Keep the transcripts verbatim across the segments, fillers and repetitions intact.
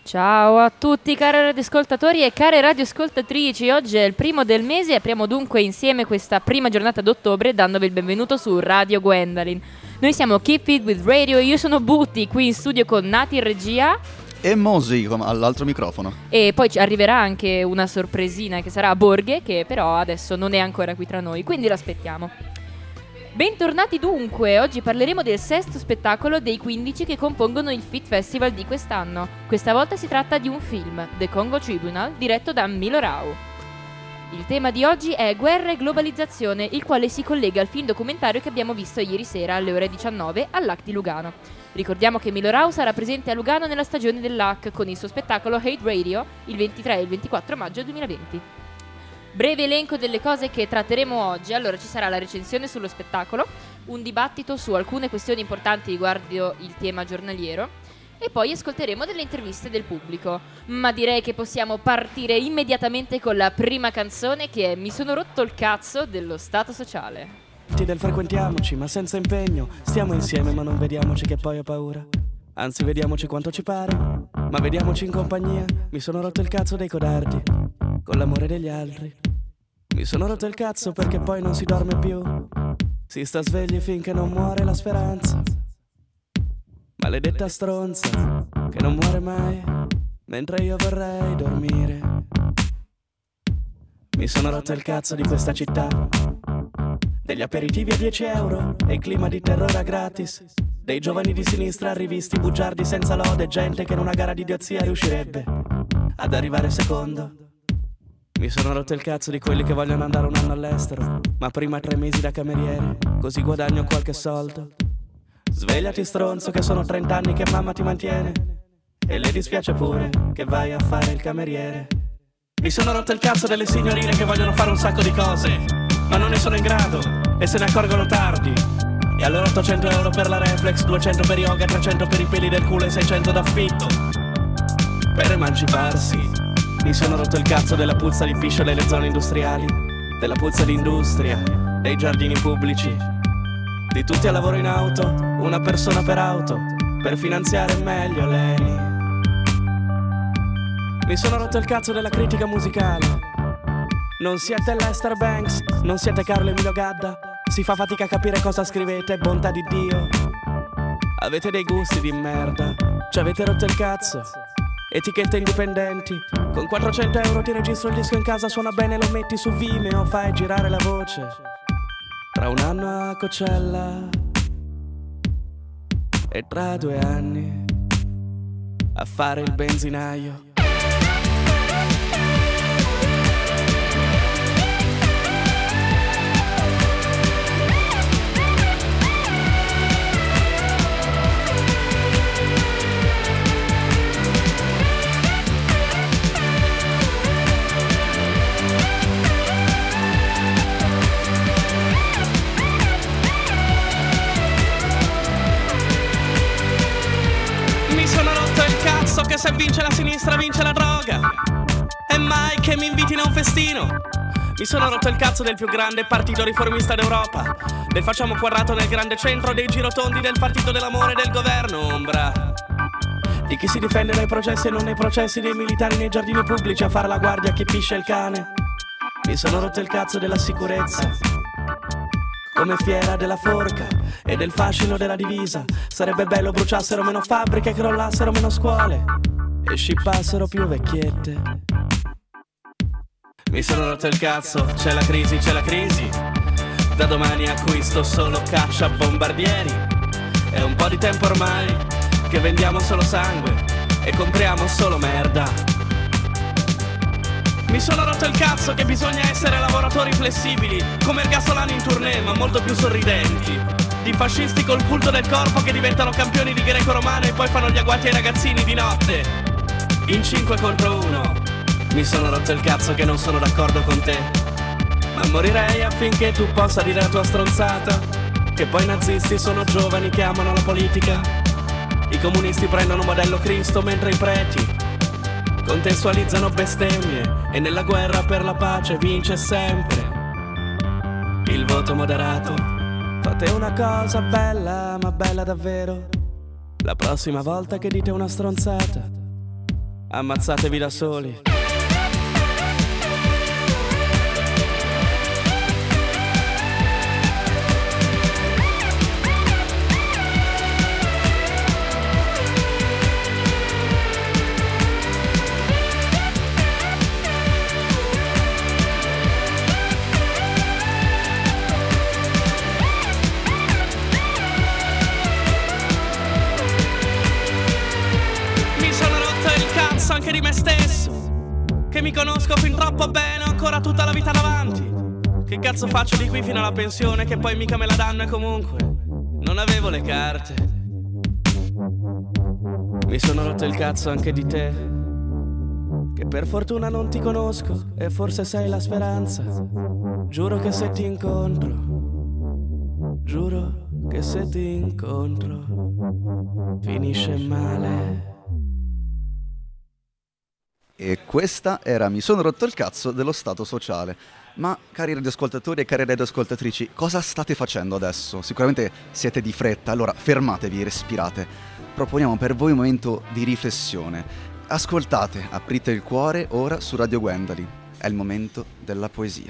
Ciao a tutti cari radioascoltatori e care radioascoltatrici, oggi è il primo del mese e apriamo dunque insieme questa prima giornata d'ottobre dandovi il benvenuto su Radio Gwendolyn. Noi siamo Keep It With Radio e io sono Butti, qui in studio con Nati in regia e Mosi all'altro microfono. E poi ci arriverà anche una sorpresina che sarà Borghe, che però adesso non è ancora qui tra noi, quindi l'aspettiamo. Bentornati dunque, oggi parleremo del sesto spettacolo dei quindici che compongono il Fit Festival di quest'anno. Questa volta si tratta di un film, The Congo Tribunal, diretto da Milo Rau. Il tema di oggi è Guerra e globalizzazione, il quale si collega al film documentario che abbiamo visto ieri sera alle ore diciannove all'A C T di Lugano. Ricordiamo che Milo Rau sarà presente a Lugano nella stagione dell'A C con il suo spettacolo Hate Radio il ventitré e il ventiquattro maggio duemilaventi. Breve elenco delle cose che tratteremo oggi. Allora, ci sarà la recensione sullo spettacolo, un dibattito su alcune questioni importanti riguardo il tema giornaliero e poi ascolteremo delle interviste del pubblico. Ma direi che possiamo partire immediatamente con la prima canzone, che è Mi sono rotto il cazzo dello Stato Sociale. Del frequentiamoci ma senza impegno, stiamo insieme ma non vediamoci che poi ho paura. Anzi, vediamoci quanto ci pare, ma vediamoci in compagnia. Mi sono rotto il cazzo dei codardi con l'amore degli altri. Mi sono rotto il cazzo perché poi non si dorme più. Si sta svegli finché non muore la speranza. Maledetta stronza che non muore mai, mentre io vorrei dormire. Mi sono rotto il cazzo di questa città, degli aperitivi a dieci euro e il clima di terrore gratis, dei giovani di sinistra rivisti bugiardi senza lode, gente che in una gara di idiozia riuscirebbe ad arrivare secondo. Mi sono rotto il cazzo di quelli che vogliono andare un anno all'estero, ma prima tre mesi da cameriere, così guadagno qualche soldo. Svegliati stronzo che sono trent'anni che mamma ti mantiene, e le dispiace pure che vai a fare il cameriere. Mi sono rotto il cazzo delle signorine che vogliono fare un sacco di cose, ma non ne sono in grado e se ne accorgono tardi. E allora ottocento euro per la reflex, duecento per yoga, trecento per i peli del culo e seicento d'affitto. Per emanciparsi. Mi sono rotto il cazzo della puzza di piscio nelle zone industriali, della puzza di industria, dei giardini pubblici, di tutti a lavoro in auto, una persona per auto, per finanziare meglio l'Eni. Mi sono rotto il cazzo della critica musicale. Non siete Lester Banks, non siete Carlo Emilio Gadda, si fa fatica a capire cosa scrivete, bontà di Dio. Avete dei gusti di merda, ci avete rotto il cazzo. Etichette indipendenti, con quattrocento euro ti registro il disco in casa, suona bene, lo metti su Vimeo, fai girare la voce. Tra un anno a Coachella e tra due anni a fare il benzinaio. So che se vince la sinistra vince la droga, e mai che mi invitino a un festino. Mi sono rotto il cazzo del più grande partito riformista d'Europa, del facciamo quadrato nel grande centro, dei girotondi del partito dell'amore e del governo ombra, di chi si difende nei processi e non nei processi, dei militari nei giardini pubblici a fare la guardia a chi piscia il cane. Mi sono rotto il cazzo della sicurezza, come fiera della forca e del fascino della divisa. Sarebbe bello bruciassero meno fabbriche, crollassero meno scuole e scippassero più vecchiette. Mi sono rotto il cazzo, c'è la crisi, c'è la crisi. Da domani acquisto solo caccia bombardieri. È un po' di tempo ormai che vendiamo solo sangue e compriamo solo merda. Mi sono rotto il cazzo che bisogna essere lavoratori flessibili, come Ergasolani in tournée, ma molto più sorridenti. Di fascisti col culto del corpo che diventano campioni di greco-romano e poi fanno gli agguati ai ragazzini di notte, in cinque contro uno. Mi sono rotto il cazzo che non sono d'accordo con te, ma morirei affinché tu possa dire la tua stronzata, che poi i nazisti sono giovani che amano la politica. I comunisti prendono modello Cristo mentre i preti contestualizzano bestemmie, e nella guerra per la pace vince sempre il voto moderato. Fate una cosa bella, ma bella davvero, la prossima volta che dite una stronzata, ammazzatevi da soli. Anche di me stesso, che mi conosco fin troppo bene, ho ancora tutta la vita davanti. Che cazzo faccio di qui fino alla pensione, che poi mica me la danno e comunque non avevo le carte. Mi sono rotto il cazzo anche di te, che per fortuna non ti conosco e forse sei la speranza. Giuro che se ti incontro, giuro che se ti incontro finisce male. E questa era Mi sono rotto il cazzo dello Stato sociale. Ma cari radioascoltatori e cari radioascoltatrici, cosa state facendo adesso? Sicuramente siete di fretta, allora fermatevi, respirate. Proponiamo per voi un momento di riflessione. Ascoltate, aprite il cuore ora su Radio Gwendali. È il momento della poesia.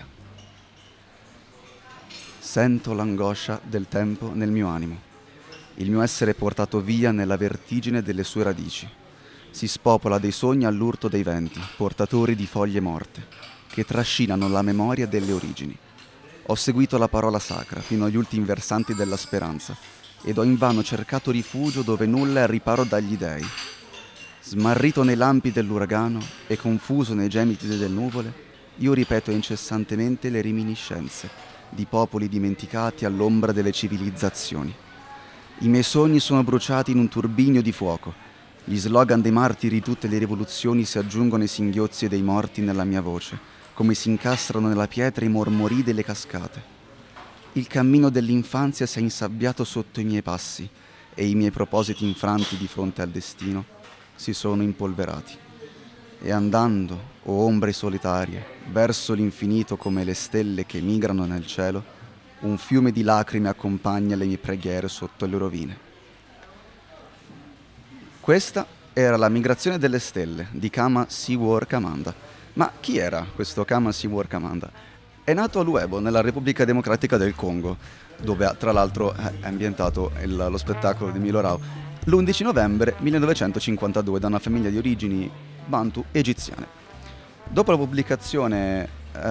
Sento l'angoscia del tempo nel mio animo. Il mio essere portato via nella vertigine delle sue radici. Si spopola dei sogni all'urto dei venti, portatori di foglie morte, che trascinano la memoria delle origini. Ho seguito la parola sacra fino agli ultimi versanti della speranza ed ho invano cercato rifugio dove nulla è al riparo dagli dei. Smarrito nei lampi dell'uragano e confuso nei gemiti delle nuvole, io ripeto incessantemente le reminiscenze di popoli dimenticati all'ombra delle civilizzazioni. I miei sogni sono bruciati in un turbinio di fuoco. Gli slogan dei martiri di tutte le rivoluzioni si aggiungono ai singhiozzi dei morti nella mia voce, come si incastrano nella pietra i mormori delle cascate. Il cammino dell'infanzia si è insabbiato sotto i miei passi e i miei propositi infranti di fronte al destino si sono impolverati. E andando, o ombre solitarie, verso l'infinito come le stelle che migrano nel cielo, un fiume di lacrime accompagna le mie preghiere sotto le rovine. Questa era La migrazione delle stelle di Kama Siwar Kamanda. Ma chi era questo Kama Siwar Kamanda? È nato a Luebo, nella Repubblica Democratica del Congo, dove tra l'altro è ambientato il, lo spettacolo di Milo Rau, l'undici novembre millenovecentocinquantadue da una famiglia di origini bantu egiziane. Dopo la pubblicazione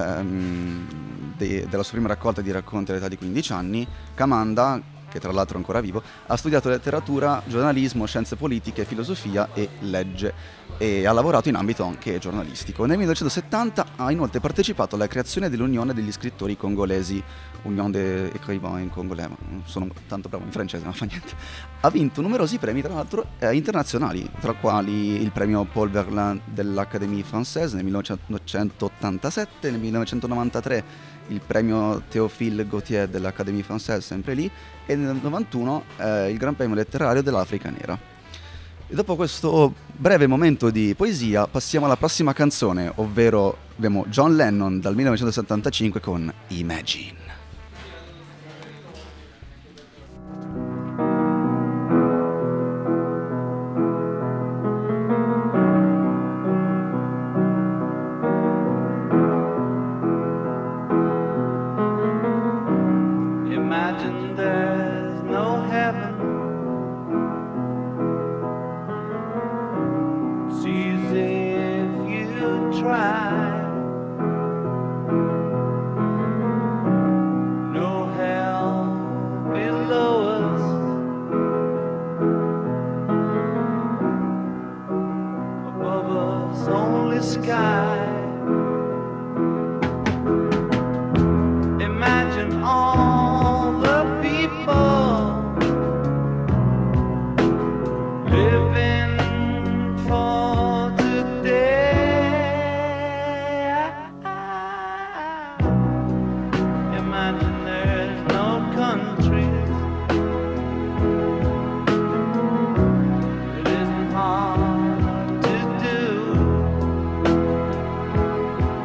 ehm, de, della sua prima raccolta di racconti all'età di quindici anni, Kamanda, che tra l'altro è ancora vivo, ha studiato letteratura, giornalismo, scienze politiche, filosofia e legge e ha lavorato in ambito anche giornalistico. Nel millenovecentosettanta ha inoltre partecipato alla creazione dell'Unione degli scrittori congolesi, Union des écrivains in congolais, non sono tanto bravo in francese, ma fa niente. Ha vinto numerosi premi, tra l'altro, eh, internazionali, tra quali il premio Paul Verlaine dell'Académie Française nel millenovecentottantasette, nel millenovecentonovantatré il premio Théophile Gautier dell'Académie Française, sempre lì, e nel novantuno eh, il Gran Premio letterario dell'Africa Nera. E dopo questo breve momento di poesia passiamo alla prossima canzone, ovvero abbiamo John Lennon dal millenovecentosettantacinque con Imagine. It isn't hard to do.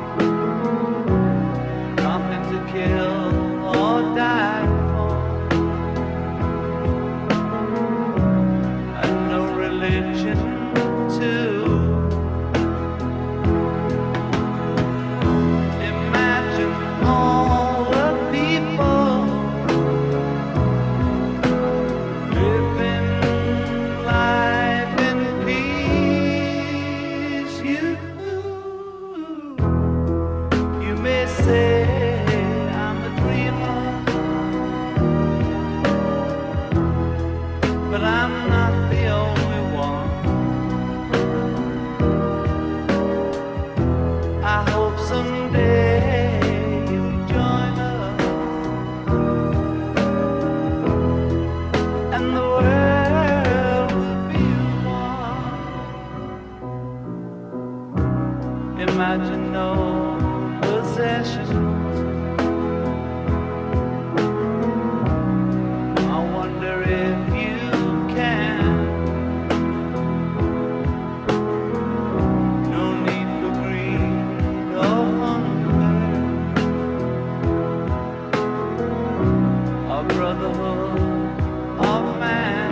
imagine no possessions. I wonder if you can. No need for greed or hunger, or brotherhood of man.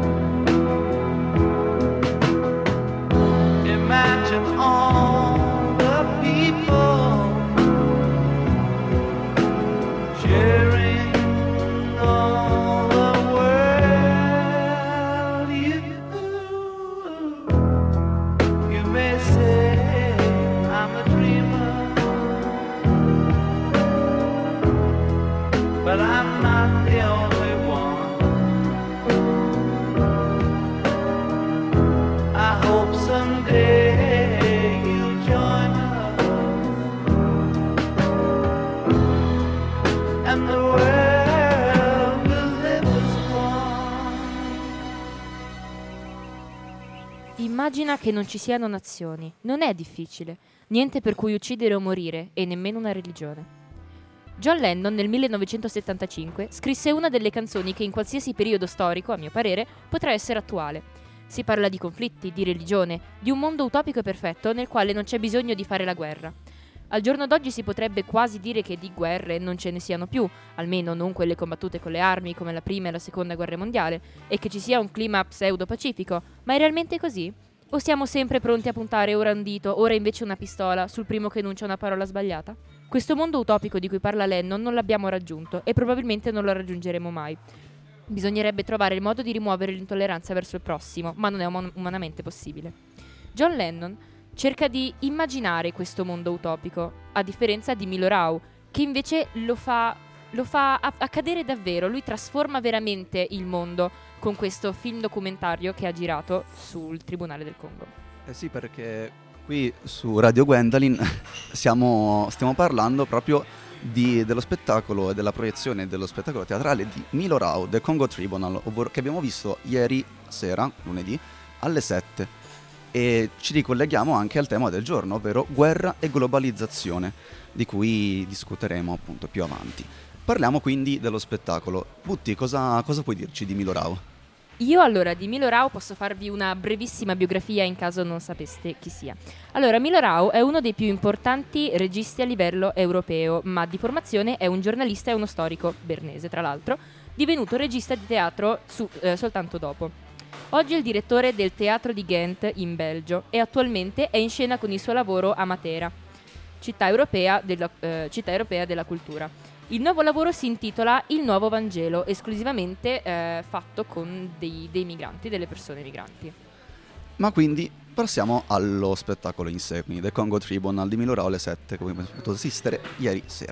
Imagine all the people sharing all the world. You, you may say I'm a dreamer, but I'm not the only one. I hope someday you'll join us, and the world will live as one. Immagina che non ci siano nazioni. Non è difficile. Niente per cui uccidere o morire, e nemmeno una religione. John Lennon nel millenovecentosettantacinque scrisse una delle canzoni che in qualsiasi periodo storico, a mio parere, potrà essere attuale. Si parla di conflitti, di religione, di un mondo utopico e perfetto nel quale non c'è bisogno di fare la guerra. Al giorno d'oggi si potrebbe quasi dire che di guerre non ce ne siano più, almeno non quelle combattute con le armi come la prima e la seconda guerra mondiale, e che ci sia un clima pseudo-pacifico, ma è realmente così? O siamo sempre pronti a puntare ora un dito, ora invece una pistola, sul primo che enuncia una parola sbagliata? Questo mondo utopico di cui parla Lennon non l'abbiamo raggiunto e probabilmente non lo raggiungeremo mai. Bisognerebbe trovare il modo di rimuovere l'intolleranza verso il prossimo, ma non è um- umanamente possibile. John Lennon cerca di immaginare questo mondo utopico, a differenza di Milorau, che invece lo fa, lo fa a- accadere davvero. Lui trasforma veramente il mondo con questo film documentario che ha girato sul Tribunale del Congo. Eh sì, perché qui su Radio Gwendolyn siamo, stiamo parlando proprio di, dello spettacolo e della proiezione dello spettacolo teatrale di Milorau, The Congo Tribunal, ovvero che abbiamo visto ieri sera, lunedì, alle sette. E ci ricolleghiamo anche al tema del giorno, ovvero guerra e globalizzazione, di cui discuteremo appunto più avanti. Parliamo quindi dello spettacolo. Butti, cosa, cosa puoi dirci di Milorau? Io allora di Milorau posso farvi una brevissima biografia in caso non sapeste chi sia. Allora, Milorau è uno dei più importanti registi a livello europeo, ma di formazione è un giornalista e uno storico bernese, tra l'altro, divenuto regista di teatro su, eh, soltanto dopo. Oggi è il direttore del Teatro di Ghent in Belgio e attualmente è in scena con il suo lavoro a Matera, città europea della, eh, città europea della cultura. Il nuovo lavoro si intitola Il Nuovo Vangelo, esclusivamente eh, fatto con dei, dei migranti, delle persone migranti. Ma quindi passiamo allo spettacolo in sé, quindi The Congo Tribunal di Milorau alle sette, come abbiamo potuto assistere ieri sera.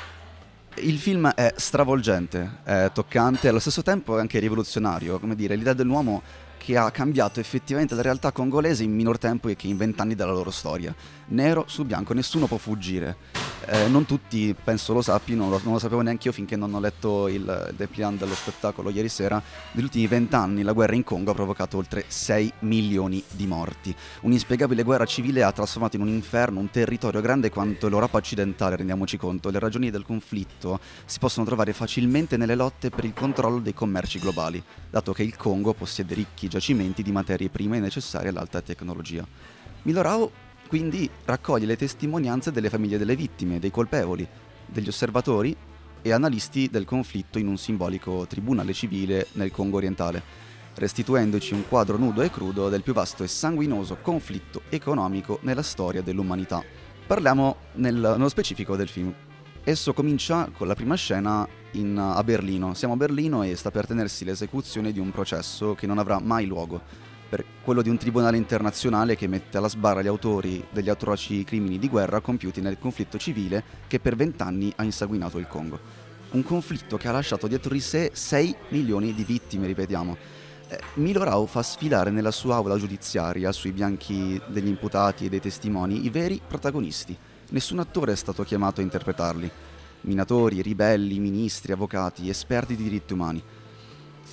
Il film è stravolgente, è toccante e allo stesso tempo è anche rivoluzionario, come dire, l'idea dell'uomo che ha cambiato effettivamente la realtà congolese in minor tempo che in vent'anni della loro storia. Nero su bianco, nessuno può fuggire. Eh, non tutti, penso lo sappi, non lo, non lo sapevo neanche io finché non ho letto il, il dépliant dello spettacolo ieri sera. Negli ultimi vent'anni la guerra in Congo ha provocato oltre sei milioni di morti. Un'inspiegabile guerra civile ha trasformato in un inferno un territorio grande quanto l'Europa occidentale, rendiamoci conto. Le ragioni del conflitto si possono trovare facilmente nelle lotte per il controllo dei commerci globali, dato che il Congo possiede ricchi giacimenti di materie prime necessarie all'alta tecnologia. Milorau quindi raccoglie le testimonianze delle famiglie delle vittime, dei colpevoli, degli osservatori e analisti del conflitto in un simbolico tribunale civile nel Congo orientale, restituendoci un quadro nudo e crudo del più vasto e sanguinoso conflitto economico nella storia dell'umanità. Parliamo nel, nello specifico del film. Esso comincia con la prima scena in, a Berlino. Siamo a Berlino e sta per tenersi l'esecuzione di un processo che non avrà mai luogo, per quello di un tribunale internazionale che mette alla sbarra gli autori degli atroci crimini di guerra compiuti nel conflitto civile che per vent'anni ha insanguinato il Congo. Un conflitto che ha lasciato dietro di sé sei milioni di vittime, ripetiamo. Eh, Milorau fa sfilare nella sua aula giudiziaria, sui bianchi degli imputati e dei testimoni, i veri protagonisti. Nessun attore è stato chiamato a interpretarli. Minatori, ribelli, ministri, avvocati, esperti di diritti umani.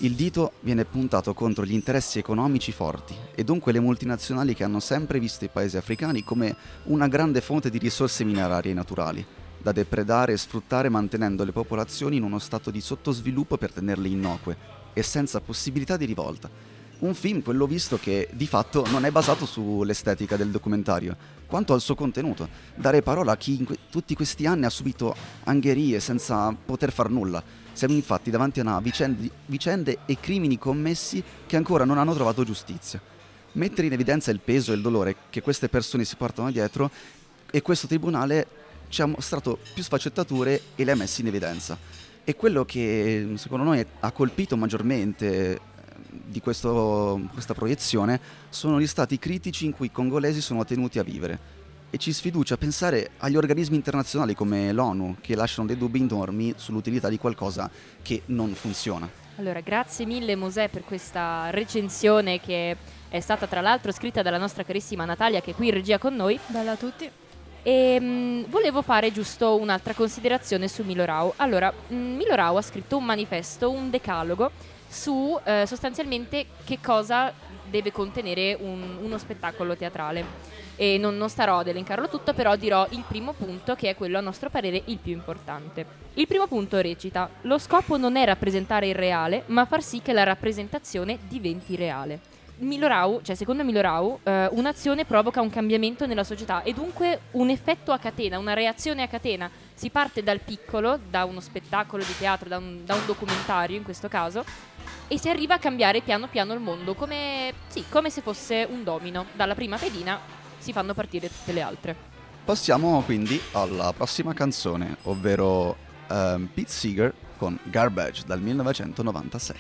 Il dito viene puntato contro gli interessi economici forti e dunque le multinazionali che hanno sempre visto i paesi africani come una grande fonte di risorse minerarie naturali, da depredare e sfruttare mantenendo le popolazioni in uno stato di sottosviluppo per tenerle innocue e senza possibilità di rivolta. Un film, quello visto, che di fatto non è basato sull'estetica del documentario, quanto al suo contenuto, dare parola a chi in que- tutti questi anni ha subito angherie senza poter far nulla. Siamo infatti davanti a una vicende, vicende e crimini commessi che ancora non hanno trovato giustizia. Mettere in evidenza il peso e il dolore che queste persone si portano dietro, e questo tribunale ci ha mostrato più sfaccettature e le ha messe in evidenza. E quello che secondo noi ha colpito maggiormente di questo, questa proiezione sono gli stati critici in cui i congolesi sono tenuti a vivere, e ci sfiducia a pensare agli organismi internazionali come l'ONU, che lasciano dei dubbi enormi sull'utilità di qualcosa che non funziona. Allora, grazie mille Mosè per questa recensione che è stata tra l'altro scritta dalla nostra carissima Natalia, che è qui in regia con noi. Bella a tutti. E mh, volevo fare giusto un'altra considerazione su Milo Rau. Allora, mh, Milo Rau ha scritto un manifesto, un decalogo, su eh, sostanzialmente che cosa deve contenere un, uno spettacolo teatrale. E non, non starò ad elencarlo tutto, però dirò il primo punto, che è quello a nostro parere il più importante. Il primo punto recita: lo scopo non è rappresentare il reale, ma far sì che la rappresentazione diventi reale. Milo Rau, cioè secondo Milo Rau, eh, un'azione provoca un cambiamento nella società e dunque un effetto a catena, una reazione a catena. Si parte dal piccolo, da uno spettacolo di teatro, da un, da un documentario in questo caso, e si arriva a cambiare piano piano il mondo, come, sì, come se fosse un domino. Dalla prima pedina si fanno partire tutte le altre. Passiamo quindi alla prossima canzone, ovvero um, Pete Seeger con Garbage dal millenovecentonovantasei.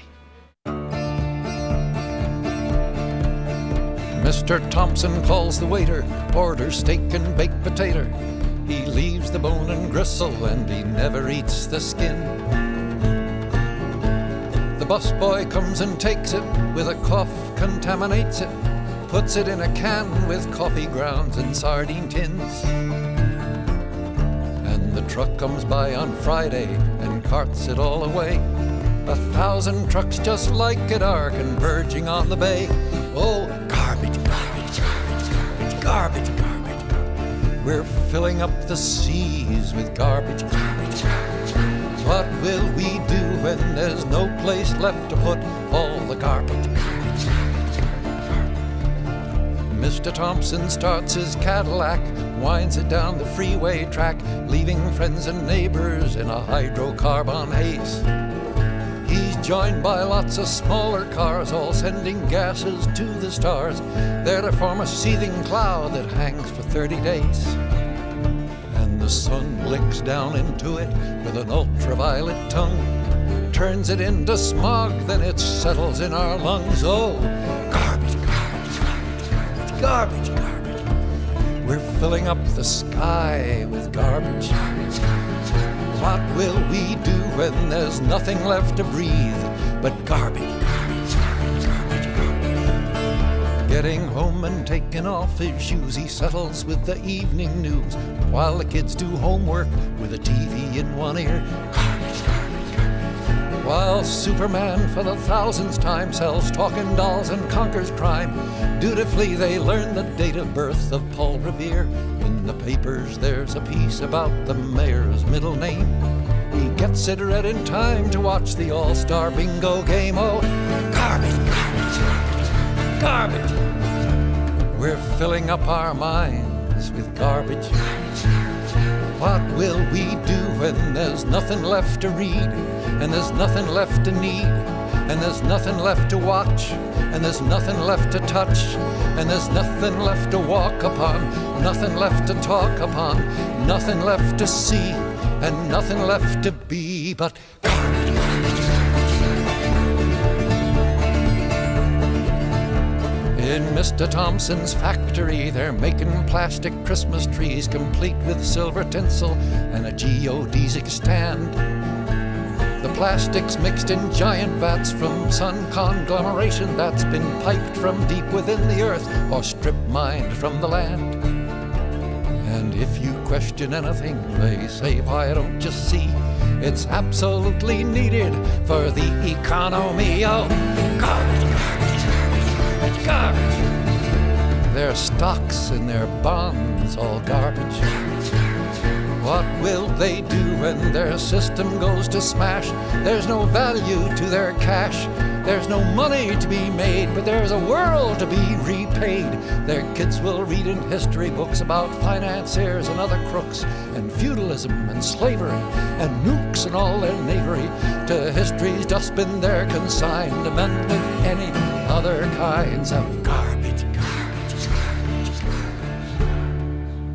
Mister Thompson calls the waiter, orders steak and baked potato. He leaves the bone and gristle and he never eats the skin. The busboy comes and takes it, with a cough contaminates it, puts it in a can with coffee grounds and sardine tins. And the truck comes by on Friday and carts it all away. A thousand trucks just like it are converging on the bay. Oh, garbage, garbage, garbage, garbage, garbage, garbage, garbage. We're filling up the seas with garbage, garbage, garbage. What will we do when there's no place left to put all the garbage, garbage, garbage, garbage? Mister Thompson starts his Cadillac, winds it down the freeway track, leaving friends and neighbors in a hydrocarbon haze. He's joined by lots of smaller cars, all sending gases to the stars, there to form a seething cloud that hangs for thirty days. And the sun licks down into it with an ultraviolet tongue, turns it into smog, then it settles in our lungs. Oh, garbage, garbage, garbage, garbage, garbage, garbage. We're filling up the sky with garbage. What will we do when there's nothing left to breathe but garbage, garbage, garbage, garbage, garbage? Getting home and taking off his shoes, he settles with the evening news, while the kids do homework with a T V in one ear. Garbage, garbage, garbage. While Superman for the thousandth time sells talking dolls and conquers crime, dutifully they learn the date of birth of Paul Revere. In the papers there's a piece about the mayor's middle name. He gets it read in time to watch the All-Star Bingo game. Oh, garbage, garbage, garbage. We're filling up our minds with garbage. What will we do when there's nothing left to read, and there's nothing left to need, and there's nothing left to watch, and there's nothing left to touch, and there's nothing left to walk upon, nothing left to talk upon, nothing left to see, and nothing left to be but garbage, garbage, garbage. In Mister Thompson's factory, they're making plastic Christmas trees, complete with silver tinsel and a geodesic stand. The plastic's mixed in giant vats from sun conglomeration that's been piped from deep within the earth or strip mined from the land. And if you question anything, they say, why don't you see? It's absolutely needed for the economy. Oh, garbage, garbage, garbage, garbage. Their stocks and their bonds, all garbage. What will they do when their system goes to smash? There's no value to their cash. There's no money to be made, but there's a world to be repaid. Their kids will read in history books about financiers and other crooks, and feudalism and slavery, and nukes and all their knavery. To history's dustbin they're consigned, amend with any other kinds of garbage, garbage, garbage, garbage.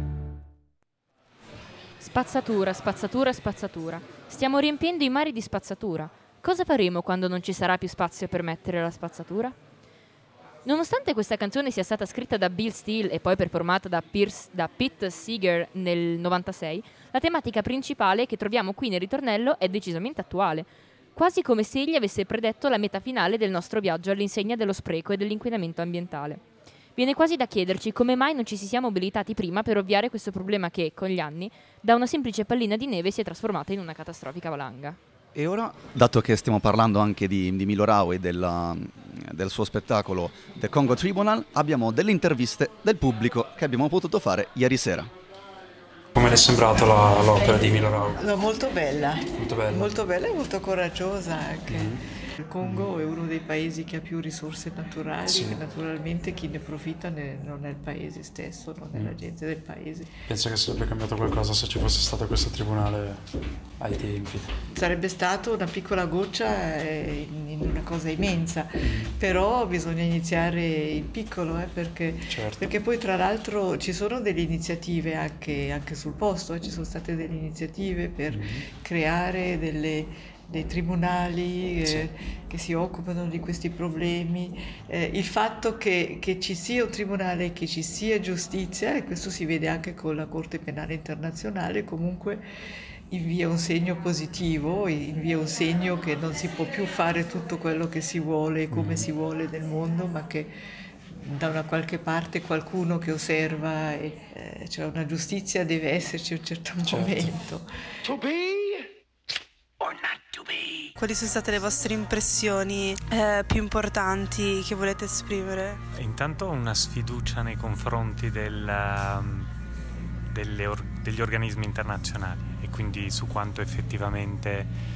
Spazzatura, spazzatura, spazzatura. Stiamo riempiendo i mari di spazzatura. Cosa faremo quando non ci sarà più spazio per mettere la spazzatura? Nonostante questa canzone sia stata scritta da Bill Steele e poi performata da, Pierce, da Pete Seeger nel novantasei, la tematica principale che troviamo qui nel ritornello è decisamente attuale, quasi come se egli avesse predetto la meta finale del nostro viaggio all'insegna dello spreco e dell'inquinamento ambientale. Viene quasi da chiederci come mai non ci si sia mobilitati prima per ovviare questo problema che, con gli anni, da una semplice pallina di neve si è trasformata in una catastrofica valanga. E ora, dato che stiamo parlando anche di, di Milo e della, del suo spettacolo The Congo Tribunal, abbiamo delle interviste del pubblico che abbiamo potuto fare ieri sera. Come le è sembrata la, l'opera di Milo Rau? No, molto bella. Molto bella. Molto bella e molto coraggiosa anche. Mm-hmm. Il Congo è uno dei paesi che ha più risorse naturali, Sì. e naturalmente chi ne profitta ne- non è il paese stesso, non è Mm. la gente del paese. Pensa che sarebbe cambiato qualcosa se ci fosse stato questo tribunale ai tempi? Sarebbe stato una piccola goccia eh, in, in una cosa immensa, però bisogna iniziare in piccolo, eh, perché, Certo. perché poi tra l'altro ci sono delle iniziative anche, anche sul posto, eh, ci sono state delle iniziative per Mhm. creare delle, dei tribunali eh, Sì. che si occupano di questi problemi. Eh, il fatto che, che ci sia un tribunale, che ci sia giustizia, e questo si vede anche con la Corte Penale Internazionale, comunque invia un segno positivo, invia un segno che non si può più fare tutto quello che si vuole e come Mhm. si vuole nel mondo, ma che da una qualche parte qualcuno che osserva, e, eh, cioè una giustizia deve esserci a un certo Certo. momento. Quali sono state le vostre impressioni eh, più importanti che volete esprimere? Intanto una sfiducia nei confronti del, um, delle or- degli organismi internazionali e quindi su quanto effettivamente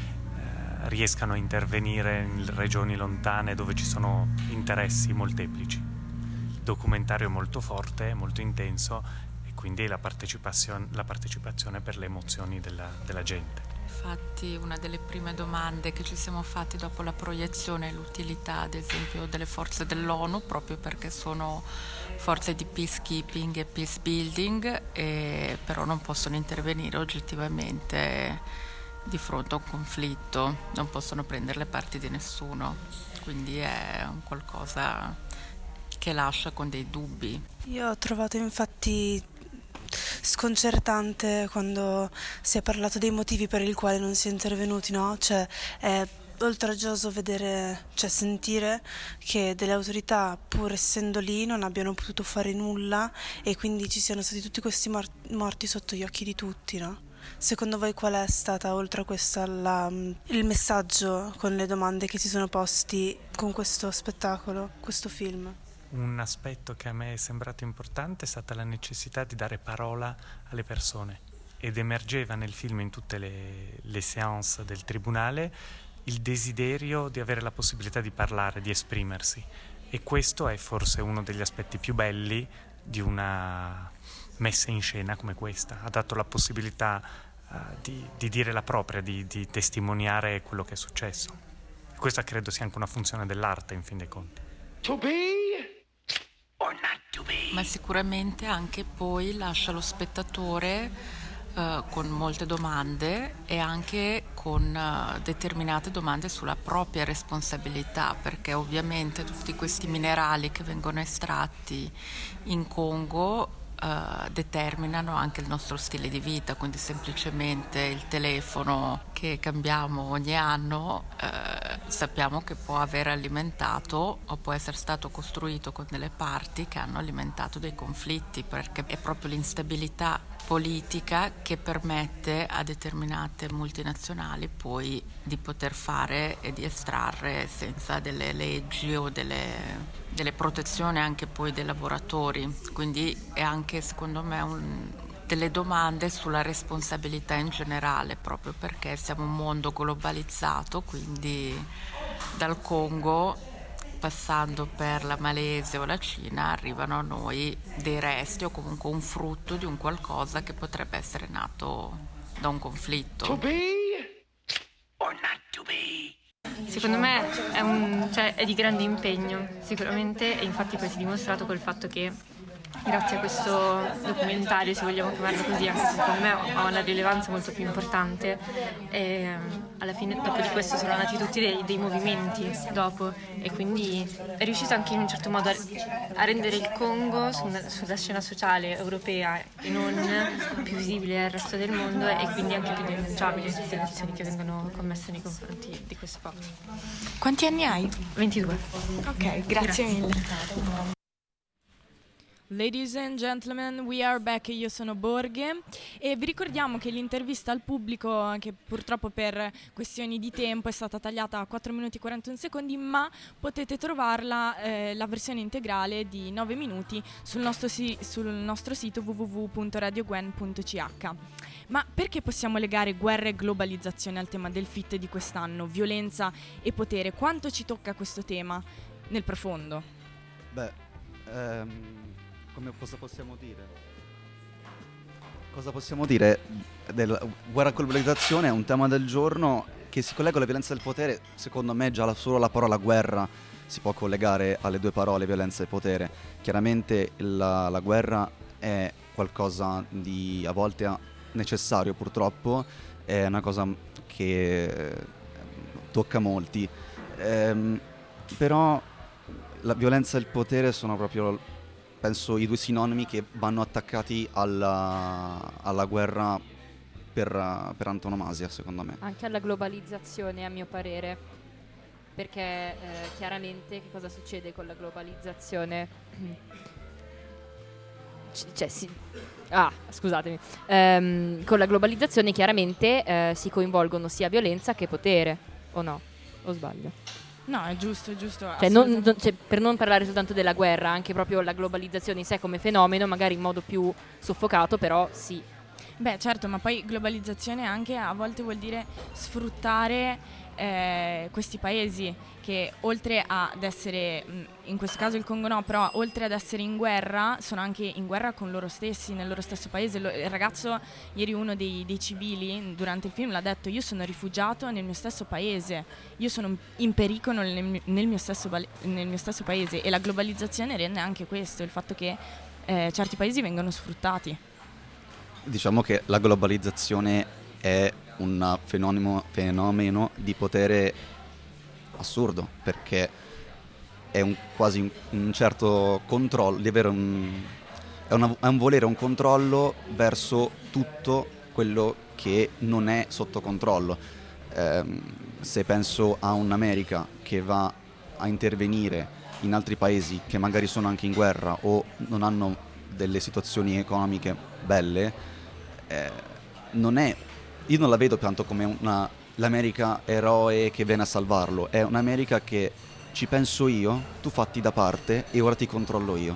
eh, riescano a intervenire in regioni lontane dove ci sono interessi molteplici. Il documentario è molto forte, molto intenso e quindi la partecipazione, la partecipazione per le emozioni della, della gente. Infatti una delle prime domande che ci siamo fatti dopo la proiezione è l'utilità ad esempio delle forze dell'ONU, proprio perché sono forze di peacekeeping e peace building, e però non possono intervenire oggettivamente di fronte a un conflitto, non possono prendere le parti di nessuno, quindi è un qualcosa che lascia con dei dubbi. Io ho trovato infatti sconcertante quando si è parlato dei motivi per i quali non si è intervenuti, no? Cioè è oltraggioso vedere, cioè sentire che delle autorità, pur essendo lì, non abbiano potuto fare nulla e quindi ci siano stati tutti questi mor- morti sotto gli occhi di tutti, no? Secondo voi qual è stata, oltre a questa, la, il messaggio con le domande che si sono posti con questo spettacolo, questo film? Un aspetto che a me è sembrato importante è stata la necessità di dare parola alle persone, ed emergeva nel film, in tutte le, le séance del tribunale, il desiderio di avere la possibilità di parlare, di esprimersi, e questo è forse uno degli aspetti più belli di una messa in scena come questa. Ha dato la possibilità uh, di, di dire la propria, di, di testimoniare quello che è successo. Questa credo sia anche una funzione dell'arte, in fin dei conti. To be or not to be. Ma sicuramente anche poi lascia lo spettatore eh, con molte domande e anche con eh, determinate domande sulla propria responsabilità, perché ovviamente tutti questi minerali che vengono estratti in Congo Uh, determinano anche il nostro stile di vita, quindi semplicemente il telefono che che cambiamo ogni anno, eh, sappiamo che può aver alimentato o può essere stato costruito con delle parti che hanno alimentato dei conflitti, perché è proprio l'instabilità politica che permette a determinate multinazionali poi di poter fare e di estrarre senza delle leggi o delle, delle protezioni anche poi dei lavoratori. Quindi è anche secondo me un, delle domande sulla responsabilità in generale, proprio perché siamo un mondo globalizzato, quindi dal Congo passando per la Malesia o la Cina arrivano a noi dei resti o comunque un frutto di un qualcosa che potrebbe essere nato da un conflitto. To be or not to be? Secondo me è, un, cioè, è di grande impegno sicuramente, e infatti poi si è dimostrato col fatto che grazie a questo documentario, se vogliamo chiamarlo così, anche se secondo me ha una rilevanza molto più importante, e alla fine dopo di questo sono nati tutti dei, dei movimenti dopo, e quindi è riuscito anche in un certo modo a, a rendere il Congo su una, sulla scena sociale europea e non più visibile al resto del mondo, e quindi anche più denunciabile tutte le azioni che vengono commesse nei confronti di questo popolo. Quanti anni hai? ventidue. Ok, grazie, grazie mille. Ladies and gentlemen, we are back, io sono Borghe e vi ricordiamo che l'intervista al pubblico, che purtroppo per questioni di tempo è stata tagliata a quattro minuti e quarantuno secondi, ma potete trovarla, eh, la versione integrale di nove minuti sul nostro, si- sul nostro sito w w w punto radio gwen punto c h. Ma perché possiamo legare guerra e globalizzazione al tema del F I T di quest'anno, violenza e potere? Quanto ci tocca questo tema nel profondo? Beh, ehm... come cosa possiamo dire? Cosa possiamo dire della guerra e globalizzazione? È un tema del giorno che si collega alla violenza del potere. Secondo me già la, solo la parola guerra si può collegare alle due parole violenza e potere. Chiaramente la, la guerra è qualcosa di a volte necessario, purtroppo, è una cosa che tocca molti. Ehm, però la violenza e il potere sono proprio, penso, i due sinonimi che vanno attaccati alla, alla guerra per, per antonomasia, secondo me. Anche alla globalizzazione, a mio parere, perché eh, chiaramente che cosa succede con la globalizzazione? C- cioè, sì. Ah, scusatemi. Ehm, con la globalizzazione chiaramente eh, si coinvolgono sia violenza che potere, o no? O sbaglio? No, è giusto, è giusto. Cioè, non, non, cioè, per non parlare soltanto della guerra, anche proprio la globalizzazione in sé come fenomeno, magari in modo più soffocato, però sì. Beh, certo, ma poi globalizzazione anche a volte vuol dire sfruttare eh, questi paesi che oltre ad essere, in questo caso il Congo no, però oltre ad essere in guerra, sono anche in guerra con loro stessi, nel loro stesso paese. Il ragazzo, ieri uno dei, dei civili durante il film l'ha detto: io sono rifugiato nel mio stesso paese, io sono in pericolo nel, nel, mio, stesso, nel mio stesso paese. E la globalizzazione rende anche questo, il fatto che eh, certi paesi vengono sfruttati. Diciamo che la globalizzazione è un fenomeno, fenomeno di potere assurdo, perché è un, quasi un, un certo controllo, di avere un, è, una, è un volere un controllo verso tutto quello che non è sotto controllo. Eh, se penso a un'America che va a intervenire in altri paesi che magari sono anche in guerra o non hanno delle situazioni economiche belle, eh, non è, io non la vedo tanto come una, l'America eroe che viene a salvarlo, è un'America che ci penso io, tu fatti da parte e ora ti controllo io.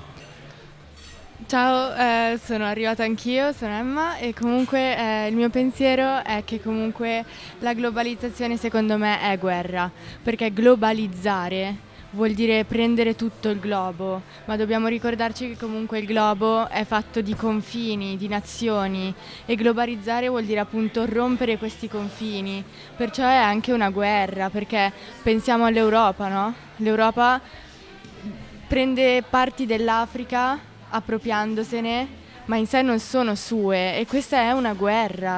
Ciao, eh, sono arrivata anch'io, sono Emma, e comunque eh, il mio pensiero è che comunque la globalizzazione secondo me è guerra, perché globalizzare vuol dire prendere tutto il globo, ma dobbiamo ricordarci che comunque il globo è fatto di confini, di nazioni, e globalizzare vuol dire appunto rompere questi confini, perciò è anche una guerra, perché pensiamo all'Europa, no? L'Europa prende parti dell'Africa appropriandosene, ma in sé non sono sue, e questa è una guerra,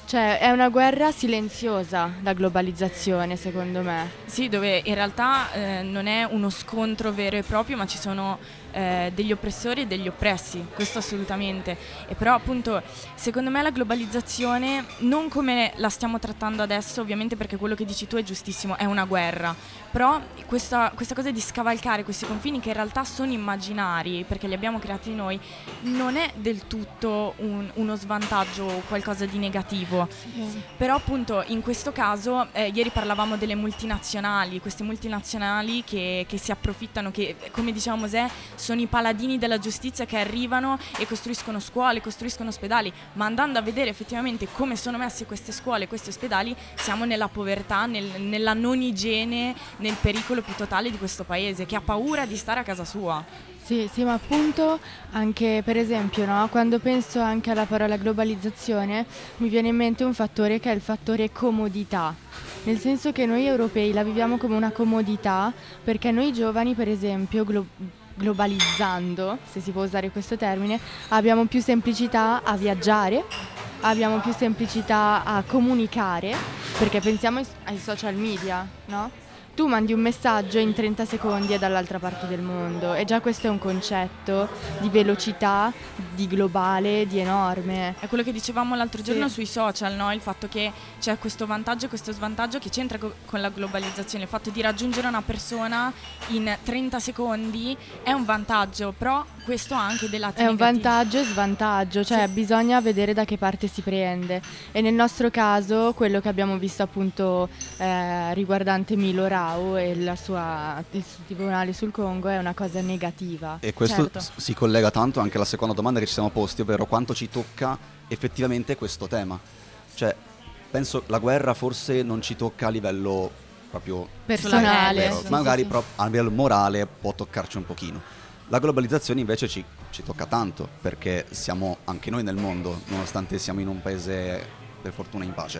Cioè è una guerra silenziosa la globalizzazione, secondo me. Sì, dove in realtà eh, non è uno scontro vero e proprio, ma ci sono eh, degli oppressori e degli oppressi, questo assolutamente. E però appunto secondo me la globalizzazione, non come la stiamo trattando adesso, ovviamente, perché quello che dici tu è giustissimo, è una guerra, però questa, questa cosa di scavalcare questi confini che in realtà sono immaginari, perché li abbiamo creati noi, non è del tutto un, uno svantaggio o qualcosa di negativo. Sì. Però appunto in questo caso eh, ieri parlavamo delle multinazionali, queste multinazionali che, che si approfittano, che come diceva Mosè sono i paladini della giustizia, che arrivano e costruiscono scuole, costruiscono ospedali, ma andando a vedere effettivamente come sono messe queste scuole, questi ospedali, siamo nella povertà, nel, nella non igiene, nel pericolo più totale di questo paese, che ha paura di stare a casa sua. Sì, sì, ma appunto anche per esempio, no, quando penso anche alla parola globalizzazione mi viene in mente un fattore che è il fattore comodità, nel senso che noi europei la viviamo come una comodità, perché noi giovani per esempio glo- globalizzando, se si può usare questo termine, abbiamo più semplicità a viaggiare, abbiamo più semplicità a comunicare, perché pensiamo ai, ai social media, no? Tu mandi un messaggio e in trenta secondi è dall'altra parte del mondo, e già questo è un concetto di velocità, di globale, di enorme. È quello che dicevamo l'altro giorno Sì. sui social, no? Il fatto che c'è questo vantaggio e questo svantaggio che c'entra co- con la globalizzazione. Il fatto di raggiungere una persona in trenta secondi è un vantaggio, però questo ha anche dei lati È un negativi. vantaggio e svantaggio, cioè Sì. bisogna vedere da che parte si prende, e nel nostro caso quello che abbiamo visto appunto eh, riguardante Milo Rau e la sua, il suo tribunale sul Congo è una cosa negativa. E questo Certo. s- si collega tanto anche alla seconda domanda che ci siamo posti, ovvero quanto ci tocca effettivamente questo tema. Cioè, penso la guerra forse non ci tocca a livello proprio Personale, vero, sì, magari sì, sì. pro- a livello morale può toccarci un pochino. La globalizzazione invece ci, ci tocca tanto, perché siamo anche noi nel mondo, nonostante siamo in un paese per fortuna in pace.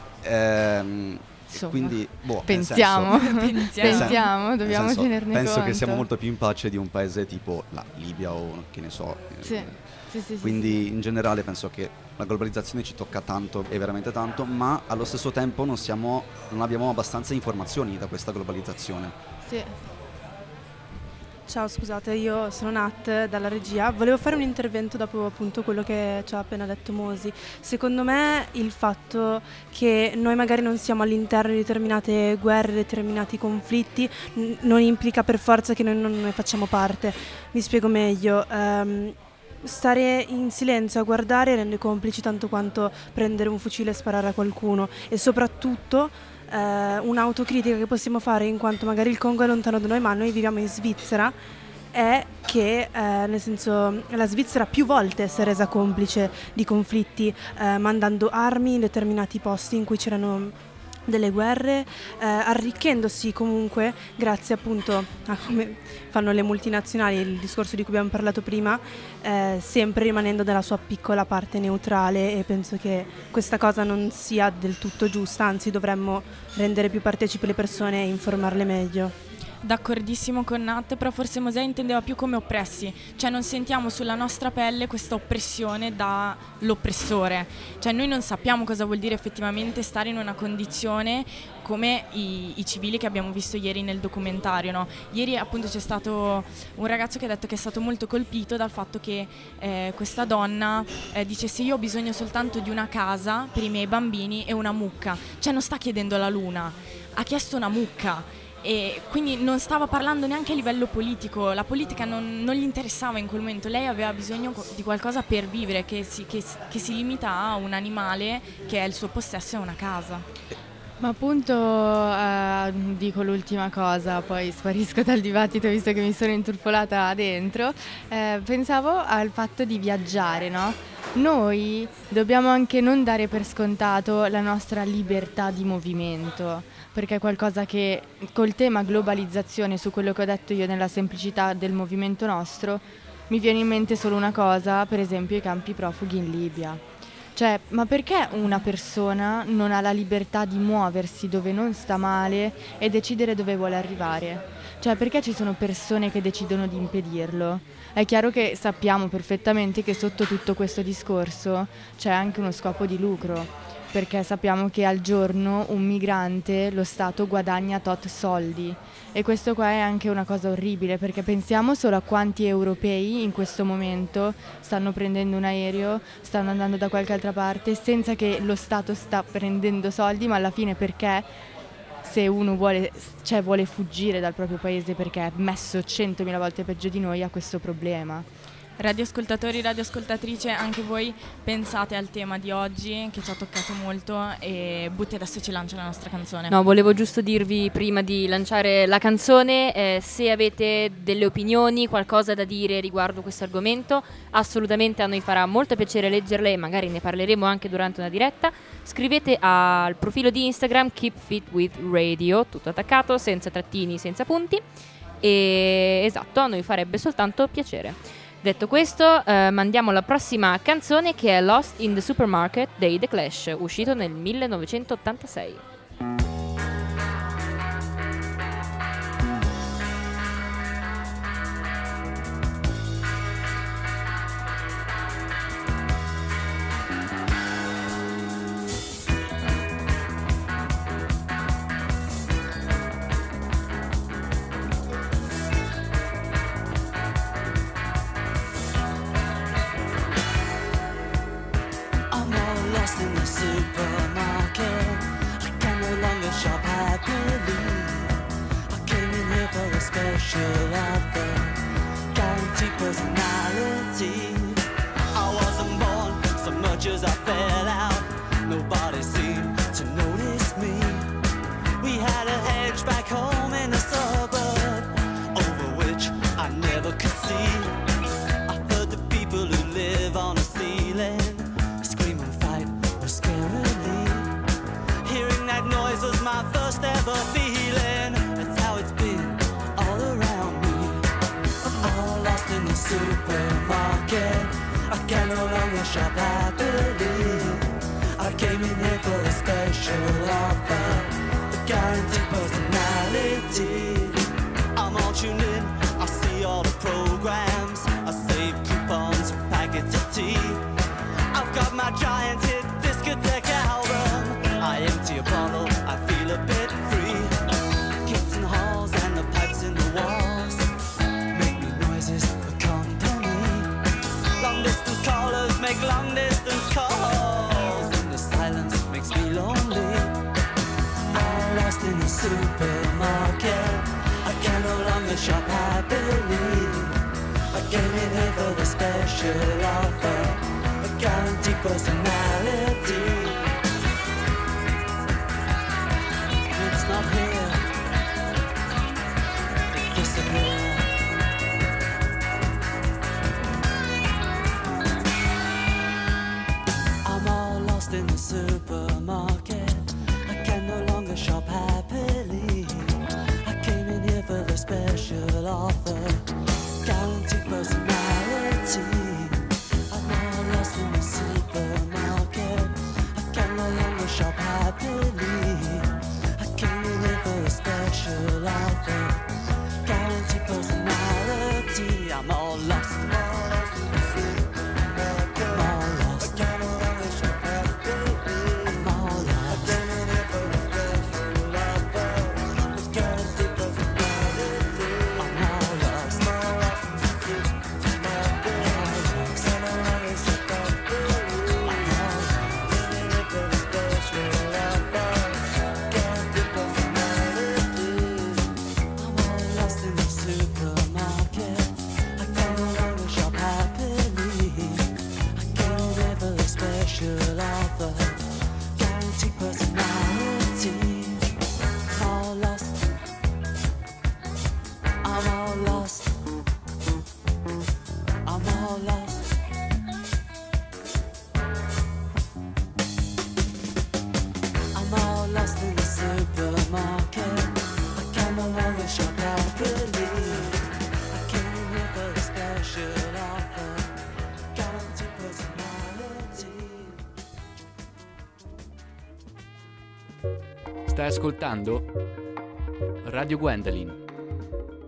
Ehm, e Insomma, quindi, boh, nel pensiamo. senso- Pensiamo. Pensiamo, nel dobbiamo senso, tenerne penso conto. che siamo molto più in pace di un paese tipo la Libia o che ne so. Sì, Eh, sì, sì, sì, Quindi in generale penso che la globalizzazione ci tocca tanto e veramente tanto, ma allo stesso tempo non siamo, non abbiamo abbastanza informazioni da questa globalizzazione. sì. Ciao, scusate, io sono Nat dalla regia. Volevo fare un intervento dopo appunto quello che ci ha appena detto Mosi. Secondo me il fatto che noi magari non siamo all'interno di determinate guerre, determinati conflitti, n- non implica per forza che noi non ne facciamo parte. Mi spiego meglio. Ehm, Stare in silenzio a guardare rende complici tanto quanto prendere un fucile e sparare a qualcuno, e soprattutto eh, un'autocritica che possiamo fare, in quanto magari il Congo è lontano da noi ma noi viviamo in Svizzera, è che eh, nel senso la Svizzera più volte si è resa complice di conflitti eh, mandando armi in determinati posti in cui c'erano delle guerre, eh, arricchendosi comunque grazie appunto a come fanno le multinazionali, il discorso di cui abbiamo parlato prima, eh, sempre rimanendo nella sua piccola parte neutrale, e penso che questa cosa non sia del tutto giusta, anzi dovremmo rendere più partecipi le persone e informarle meglio. D'accordissimo con Nat, però forse Mosè intendeva più come oppressi, cioè non sentiamo sulla nostra pelle questa oppressione dall'oppressore, cioè noi non sappiamo cosa vuol dire effettivamente stare in una condizione come i, i civili che abbiamo visto ieri nel documentario, no? Ieri appunto c'è stato un ragazzo che ha detto che è stato molto colpito dal fatto che eh, questa donna eh, dicesse: io ho bisogno soltanto di una casa per i miei bambini e una mucca, cioè non sta chiedendo la luna, ha chiesto una mucca. E quindi non stava parlando neanche a livello politico, la politica non, non gli interessava in quel momento, lei aveva bisogno di qualcosa per vivere che si, che, che si limita a un animale che è il suo possesso e una casa. Ma appunto eh, dico l'ultima cosa, poi sparisco dal dibattito visto che mi sono intruffolata dentro. Eh, pensavo al fatto di viaggiare, no? Noi dobbiamo anche non dare per scontato la nostra libertà di movimento, perché è qualcosa che col tema globalizzazione, su quello che ho detto io nella semplicità del movimento nostro, mi viene in mente solo una cosa, per esempio i campi profughi in Libia. Cioè, ma perché una persona non ha la libertà di muoversi dove non sta male e decidere dove vuole arrivare? Cioè, perché ci sono persone che decidono di impedirlo? È chiaro che sappiamo perfettamente che sotto tutto questo discorso c'è anche uno scopo di lucro, perché sappiamo che al giorno un migrante, lo Stato guadagna tot soldi, e questo qua è anche una cosa orribile, perché pensiamo solo a quanti europei in questo momento stanno prendendo un aereo, stanno andando da qualche altra parte senza che lo Stato sta prendendo soldi, ma alla fine perché se uno vuole, cioè, vuole fuggire dal proprio paese perché è messo centomila volte peggio di noi, ha questo problema. Radioascoltatori, radioascoltatrici, anche voi pensate al tema di oggi che ci ha toccato molto, e Butti adesso ci lancia la nostra canzone. No, volevo giusto dirvi prima di lanciare la canzone, eh, se avete delle opinioni, qualcosa da dire riguardo questo argomento, assolutamente a noi farà molto piacere leggerle e magari ne parleremo anche durante una diretta. Scrivete al profilo di Instagram Keep Fit With Radio, tutto attaccato, senza trattini, senza punti, e esatto, a noi farebbe soltanto piacere. Detto questo, eh, mandiamo la prossima canzone, che è Lost in the Supermarket dei The Clash, uscito nel millenovecentottantasei. In the supermarket, I can no longer shop happily. I came in here for a special offer, guaranteed personality. I wasn't born so much as I fell out. Nobody seemed to notice me. We had a hedge back home in a suburb, over which I never could see. I heard the people who live on a ceiling noise was my first ever feeling. That's how it's been all around me. I'm all lost in the supermarket. I can no longer shop happily. I came in here for a special offer, a guaranteed personality. I'm all tuned in, I see all the programs, I save coupons for packets of tea. I've got my giant hit discotheque album. I empty a bottle, I feel a bit free. Kids in the halls and the pipes in the walls make me noises for company. Long distance callers make long distance calls, and the silence makes me lonely. I'm lost in the supermarket, I can no longer shop happily. I came in here for the special offer, a guaranteed personality. Not here, it disappeared. I'm all lost in the supermarket, I can no longer shop happily. I came in here for the special offer, guaranteed personality. I'm all lost in the supermarket, I can no longer shop happily. Special offer, guaranteed personality. I'm all lost, all lost in the supermarket. I'm all lost, I can't always shop happily. I'm all lost, I came in here for a special offer, with guaranteed personality. I'm all lost, I'm all lost in the supermarket. I'm all lost, I can't always shop happily. I'm all lost, came in here for a special offer. Guaranteed personality. I'm all lost, I'm all lost, I'm all lost. I'm all lost in the supermarket, I can no longer shop happily. I came here for a special offer, guaranteed personality. Stai ascoltando Radio Gwendolyn.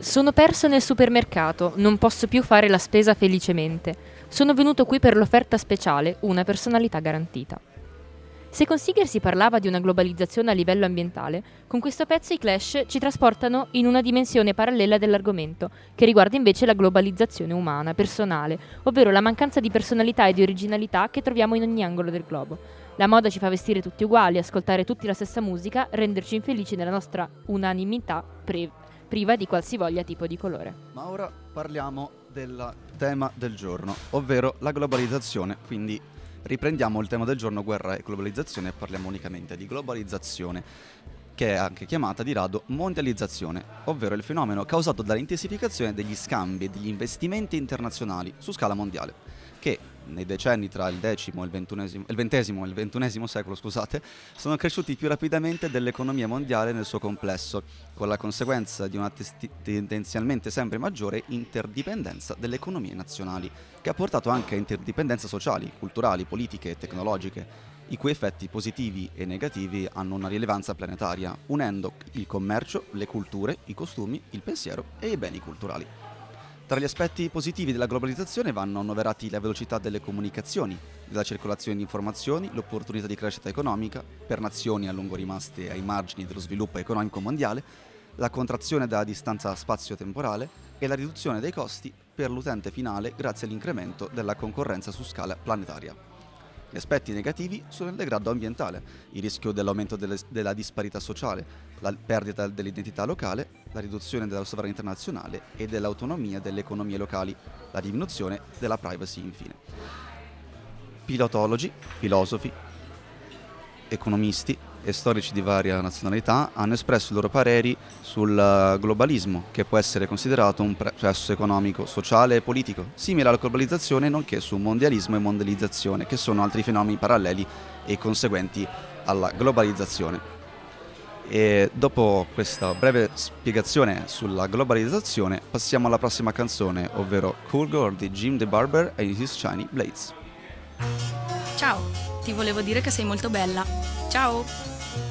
Sono perso nel supermercato, non posso più fare la spesa felicemente. Sono venuto qui per l'offerta speciale, una personalità garantita. Se con Seeger si parlava di una globalizzazione a livello ambientale, con questo pezzo i Clash ci trasportano in una dimensione parallela dell'argomento, che riguarda invece la globalizzazione umana, personale, ovvero la mancanza di personalità e di originalità che troviamo in ogni angolo del globo. La moda ci fa vestire tutti uguali, ascoltare tutti la stessa musica, renderci infelici nella nostra unanimità pre- priva di qualsivoglia tipo di colore. Ma ora parliamo del tema del giorno, ovvero la globalizzazione, quindi riprendiamo il tema del giorno, guerra e globalizzazione, e parliamo unicamente di globalizzazione, che è anche chiamata di rado mondializzazione, ovvero il fenomeno causato dall'intensificazione degli scambi e degli investimenti internazionali su scala mondiale, che nei decenni tra il decimo e il ventunesimo, il ventesimo e il ventunesimo secolo, scusate, sono cresciuti più rapidamente dell'economia mondiale nel suo complesso, con la conseguenza di una testi- tendenzialmente sempre maggiore interdipendenza delle economie nazionali, che ha portato anche a interdipendenze sociali, culturali, politiche e tecnologiche, i cui effetti positivi e negativi hanno una rilevanza planetaria, unendo il commercio, le culture, i costumi, il pensiero e i beni culturali. Tra gli aspetti positivi della globalizzazione vanno annoverati la velocità delle comunicazioni, della circolazione di informazioni, l'opportunità di crescita economica per nazioni a lungo rimaste ai margini dello sviluppo economico mondiale, la contrazione della distanza spazio-temporale e la riduzione dei costi per l'utente finale grazie all'incremento della concorrenza su scala planetaria. Gli aspetti negativi sono il degrado ambientale, il rischio dell'aumento delle, della disparità sociale, la perdita dell'identità locale, la riduzione della sovranità nazionale e dell'autonomia delle economie locali, la diminuzione della privacy infine. Pilotologi, filosofi, economisti e storici di varia nazionalità hanno espresso i loro pareri sul globalismo, che può essere considerato un processo economico, sociale e politico, simile alla globalizzazione, nonché su mondialismo e mondializzazione, che sono altri fenomeni paralleli e conseguenti alla globalizzazione. E dopo questa breve spiegazione sulla globalizzazione, passiamo alla prossima canzone, ovvero Cool Girl di Jim the Barber e His Shiny Blades. Ciao, ti volevo dire che sei molto bella. Ciao!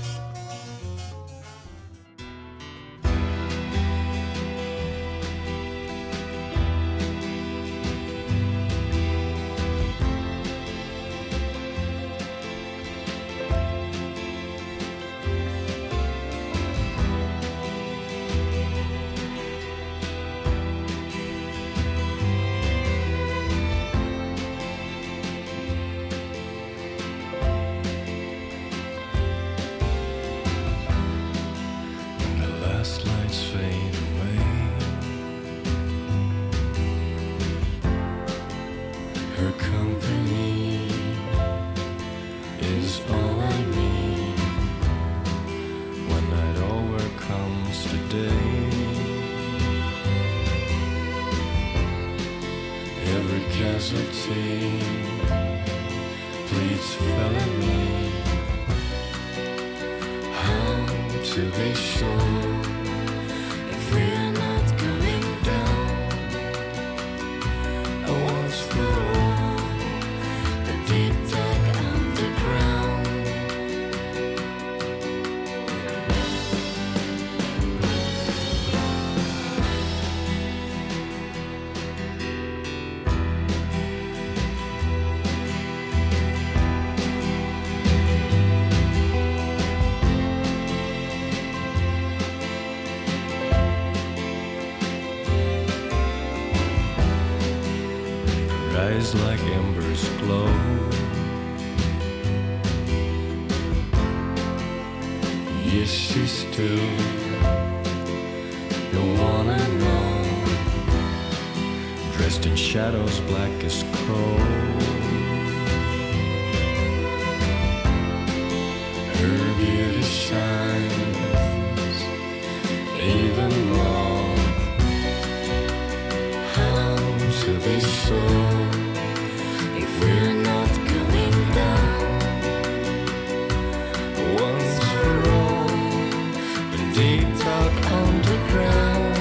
Like embers glow. Yes, she's still the one I know, dressed in shadows black as coal. Her beauty shines even more. How to be sure we're not going down once for all, the deep dark underground.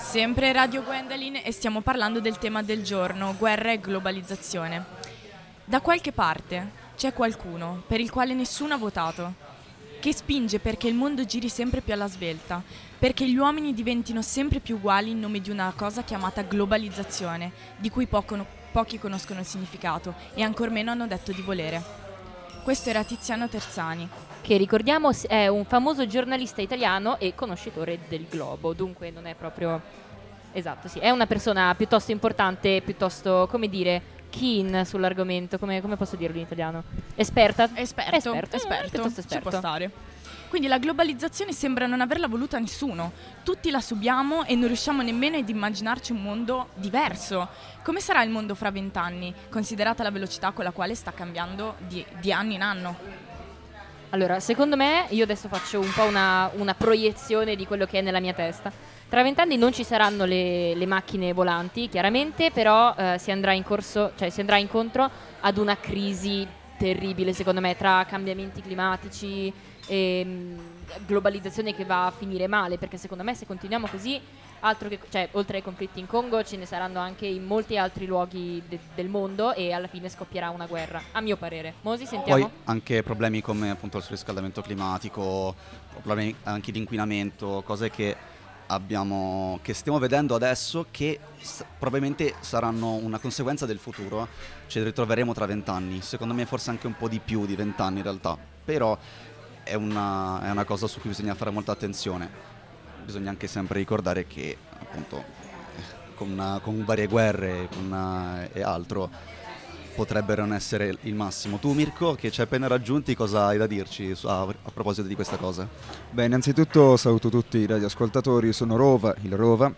sempre Radio Gwendolyn e stiamo parlando del tema del giorno, guerra e globalizzazione. Da qualche parte c'è qualcuno per il quale nessuno ha votato, che spinge perché il mondo giri sempre più alla svelta, perché gli uomini diventino sempre più uguali in nome di una cosa chiamata globalizzazione, di cui poco, pochi conoscono il significato e ancor meno hanno detto di volere. Questo era Tiziano Terzani, che ricordiamo è un famoso giornalista italiano e conoscitore del globo, dunque non è proprio... Esatto, sì, è una persona piuttosto importante, piuttosto, come dire, keen sull'argomento, come, come posso dirlo in italiano? Esperta? Esperto, esperto, esperto, eh, piuttosto ci può esperto. stare. Quindi la globalizzazione sembra non averla voluta nessuno, tutti la subiamo e non riusciamo nemmeno ad immaginarci un mondo diverso. Come sarà il mondo fra vent'anni, considerata la velocità con la quale sta cambiando di, di anno in anno? Allora, secondo me, io adesso faccio un po' una, una proiezione di quello che è nella mia testa. Tra vent'anni non ci saranno le, le macchine volanti, chiaramente, però eh, si andrà in corso, cioè si andrà incontro ad una crisi terribile, secondo me, tra cambiamenti climatici e mh, globalizzazione che va a finire male, perché secondo me se continuiamo così, altro che, cioè, oltre ai conflitti in Congo, ce ne saranno anche in molti altri luoghi de- del mondo e alla fine scoppierà una guerra, a mio parere. Mosi, sentiamo? Poi anche problemi come appunto il surriscaldamento climatico, problemi anche di inquinamento, cose che abbiamo che stiamo vedendo adesso che s- probabilmente saranno una conseguenza del futuro. Ci ritroveremo tra vent'anni, secondo me forse anche un po' di più di vent'anni in realtà, però è una, è una cosa su cui bisogna fare molta attenzione. Bisogna anche sempre ricordare che appunto eh, con, una, con varie guerre con una, e altro potrebbero non essere il massimo. Tu Mirko, che ci hai appena raggiunti, cosa hai da dirci su- a, a proposito di questa cosa? Beh, innanzitutto saluto tutti i radioascoltatori, sono Rova, il Rova.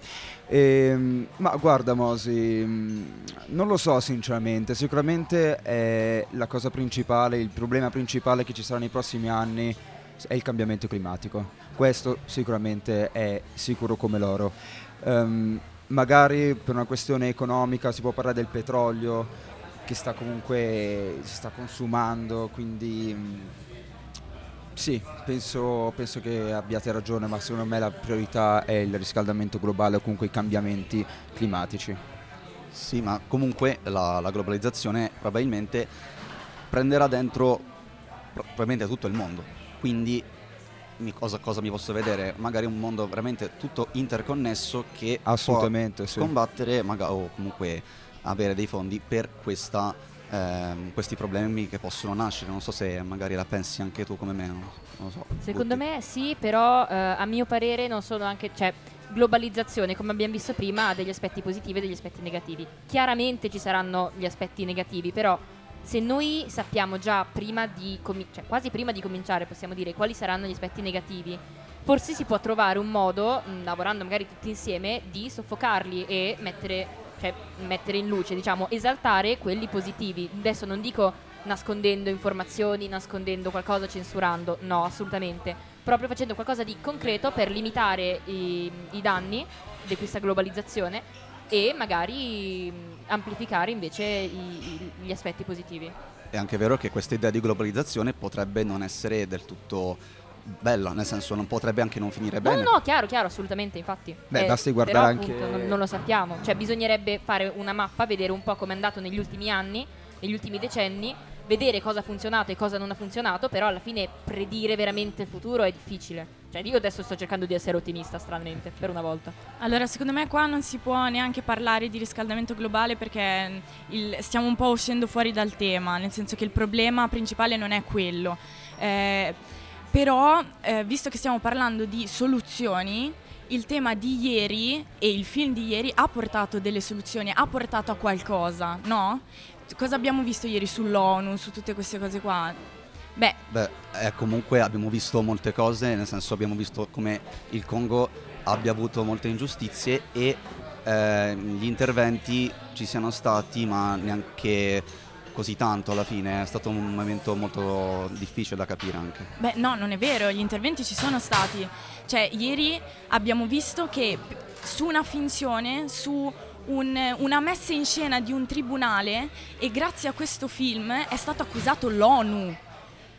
E, ma guarda Mosi, non lo so sinceramente, sicuramente è la cosa principale, il problema principale che ci sarà nei prossimi anni è il cambiamento climatico. Questo sicuramente è sicuro come l'oro. Um, magari per una questione economica si può parlare del petrolio che sta comunque si sta consumando, quindi mh, sì, penso, penso che abbiate ragione, ma secondo me la priorità è il riscaldamento globale o comunque i cambiamenti climatici. Sì, ma comunque la, la globalizzazione probabilmente prenderà dentro pro- probabilmente tutto il mondo, quindi mi, cosa, cosa mi posso vedere? Magari un mondo veramente tutto interconnesso che assolutamente può sì. combattere magari, o comunque avere dei fondi per questa, ehm, questi problemi che possono nascere. Non so se magari la pensi anche tu come me, non lo so. Secondo me sì, però eh, a mio parere non sono anche, cioè, globalizzazione, come abbiamo visto prima, ha degli aspetti positivi e degli aspetti negativi. Chiaramente ci saranno gli aspetti negativi, però se noi sappiamo già prima di comi- cioè quasi prima di cominciare, possiamo dire quali saranno gli aspetti negativi, forse si può trovare un modo, mh, lavorando magari tutti insieme, di soffocarli e mettere, cioè, mettere in luce, diciamo, esaltare quelli positivi. Adesso non dico nascondendo informazioni, nascondendo qualcosa, censurando, no, assolutamente, proprio facendo qualcosa di concreto per limitare i, i danni di questa globalizzazione e magari mh, amplificare invece i, i, gli aspetti positivi. È anche vero che questa idea di globalizzazione potrebbe non essere del tutto bella, nel senso non potrebbe anche non finire No, bene. no, chiaro, chiaro, assolutamente, infatti. Beh, Eh, basti guardare però, appunto, anche- non, non lo sappiamo, cioè bisognerebbe fare una mappa, vedere un po' come è andato negli ultimi anni, negli ultimi decenni, vedere cosa ha funzionato e cosa non ha funzionato, però alla fine predire veramente il futuro è difficile. Cioè io adesso sto cercando di essere ottimista, stranamente, per una volta. Allora, secondo me qua non si può neanche parlare di riscaldamento globale perché il- stiamo un po' uscendo fuori dal tema, nel senso che il problema principale non è quello. Eh, però, eh, visto che stiamo parlando di soluzioni, il tema di ieri e il film di ieri ha portato delle soluzioni, ha portato a qualcosa, no? Cosa abbiamo visto ieri sull'ONU, su tutte queste cose qua? Beh, Beh, eh, comunque abbiamo visto molte cose, nel senso abbiamo visto come il Congo abbia avuto molte ingiustizie e eh, gli interventi ci siano stati, ma neanche così tanto alla fine. È stato un momento molto difficile da capire anche. Beh, no, non è vero, gli interventi ci sono stati. Cioè, ieri abbiamo visto che p- su una finzione, su un- una messa in scena di un tribunale, e grazie a questo film è stato accusato l'ONU,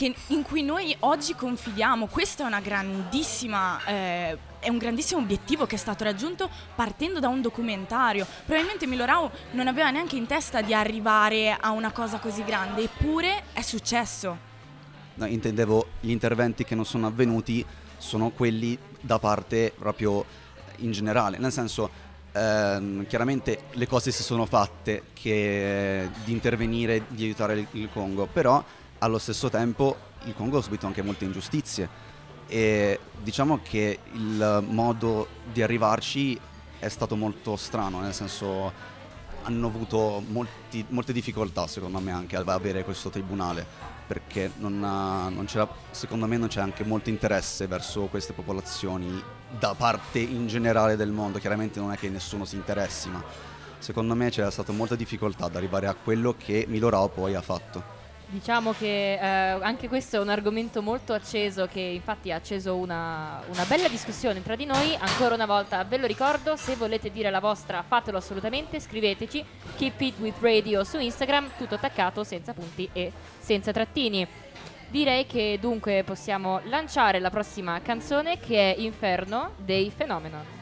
che, in cui noi oggi confidiamo. Questa è una grandissima... Eh, è un grandissimo obiettivo che è stato raggiunto partendo da un documentario. Probabilmente Milo Rau non aveva neanche in testa di arrivare a una cosa così grande, eppure è successo. No, intendevo gli interventi che non sono avvenuti sono quelli da parte proprio in generale, nel senso ehm, chiaramente le cose si sono fatte che, di intervenire, di aiutare il, il Congo, però allo stesso tempo il Congo ha subito anche molte ingiustizie. E diciamo che il modo di arrivarci è stato molto strano, nel senso hanno avuto molti, molte difficoltà secondo me anche ad avere questo tribunale, perché non, ha, non c'era, secondo me non c'è anche molto interesse verso queste popolazioni da parte in generale del mondo. Chiaramente non è che nessuno si interessi, ma secondo me c'era stata molta difficoltà ad arrivare a quello che Milo Rau poi ha fatto. Diciamo che eh, anche questo è un argomento molto acceso, che infatti ha acceso una, una bella discussione tra di noi. Ancora una volta ve lo ricordo, se volete dire la vostra fatelo assolutamente, scriveteci Keep It With Radio su Instagram, tutto attaccato, senza punti e senza trattini. Direi che dunque possiamo lanciare la prossima canzone, che è Inferno dei Phenomenon.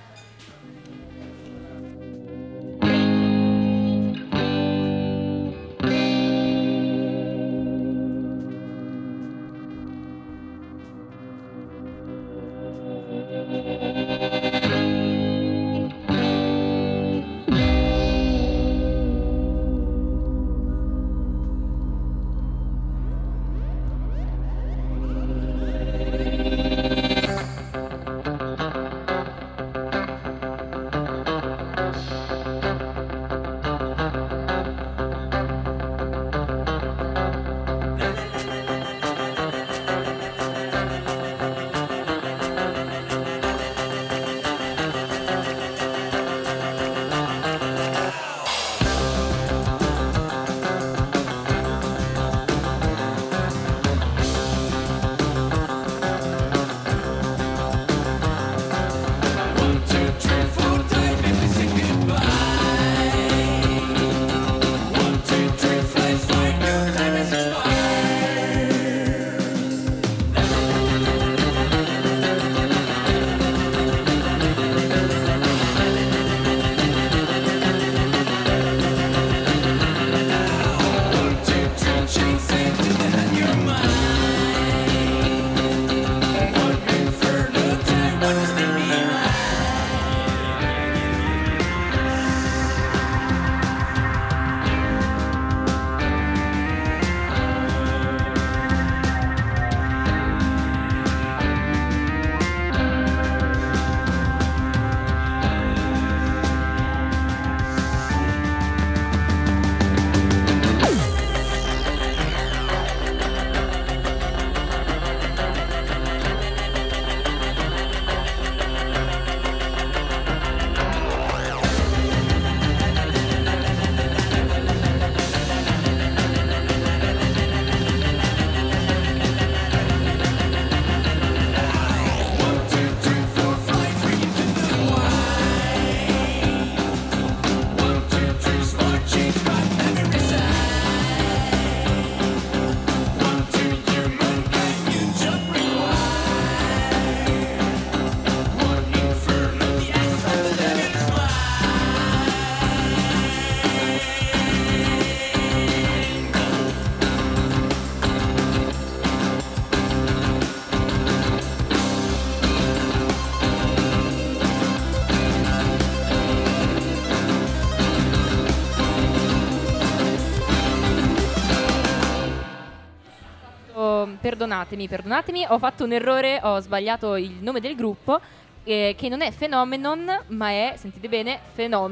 Perdonatemi, perdonatemi, ho fatto un errore, ho sbagliato il nome del gruppo, eh, che non è Phenomenon, ma è, sentite bene,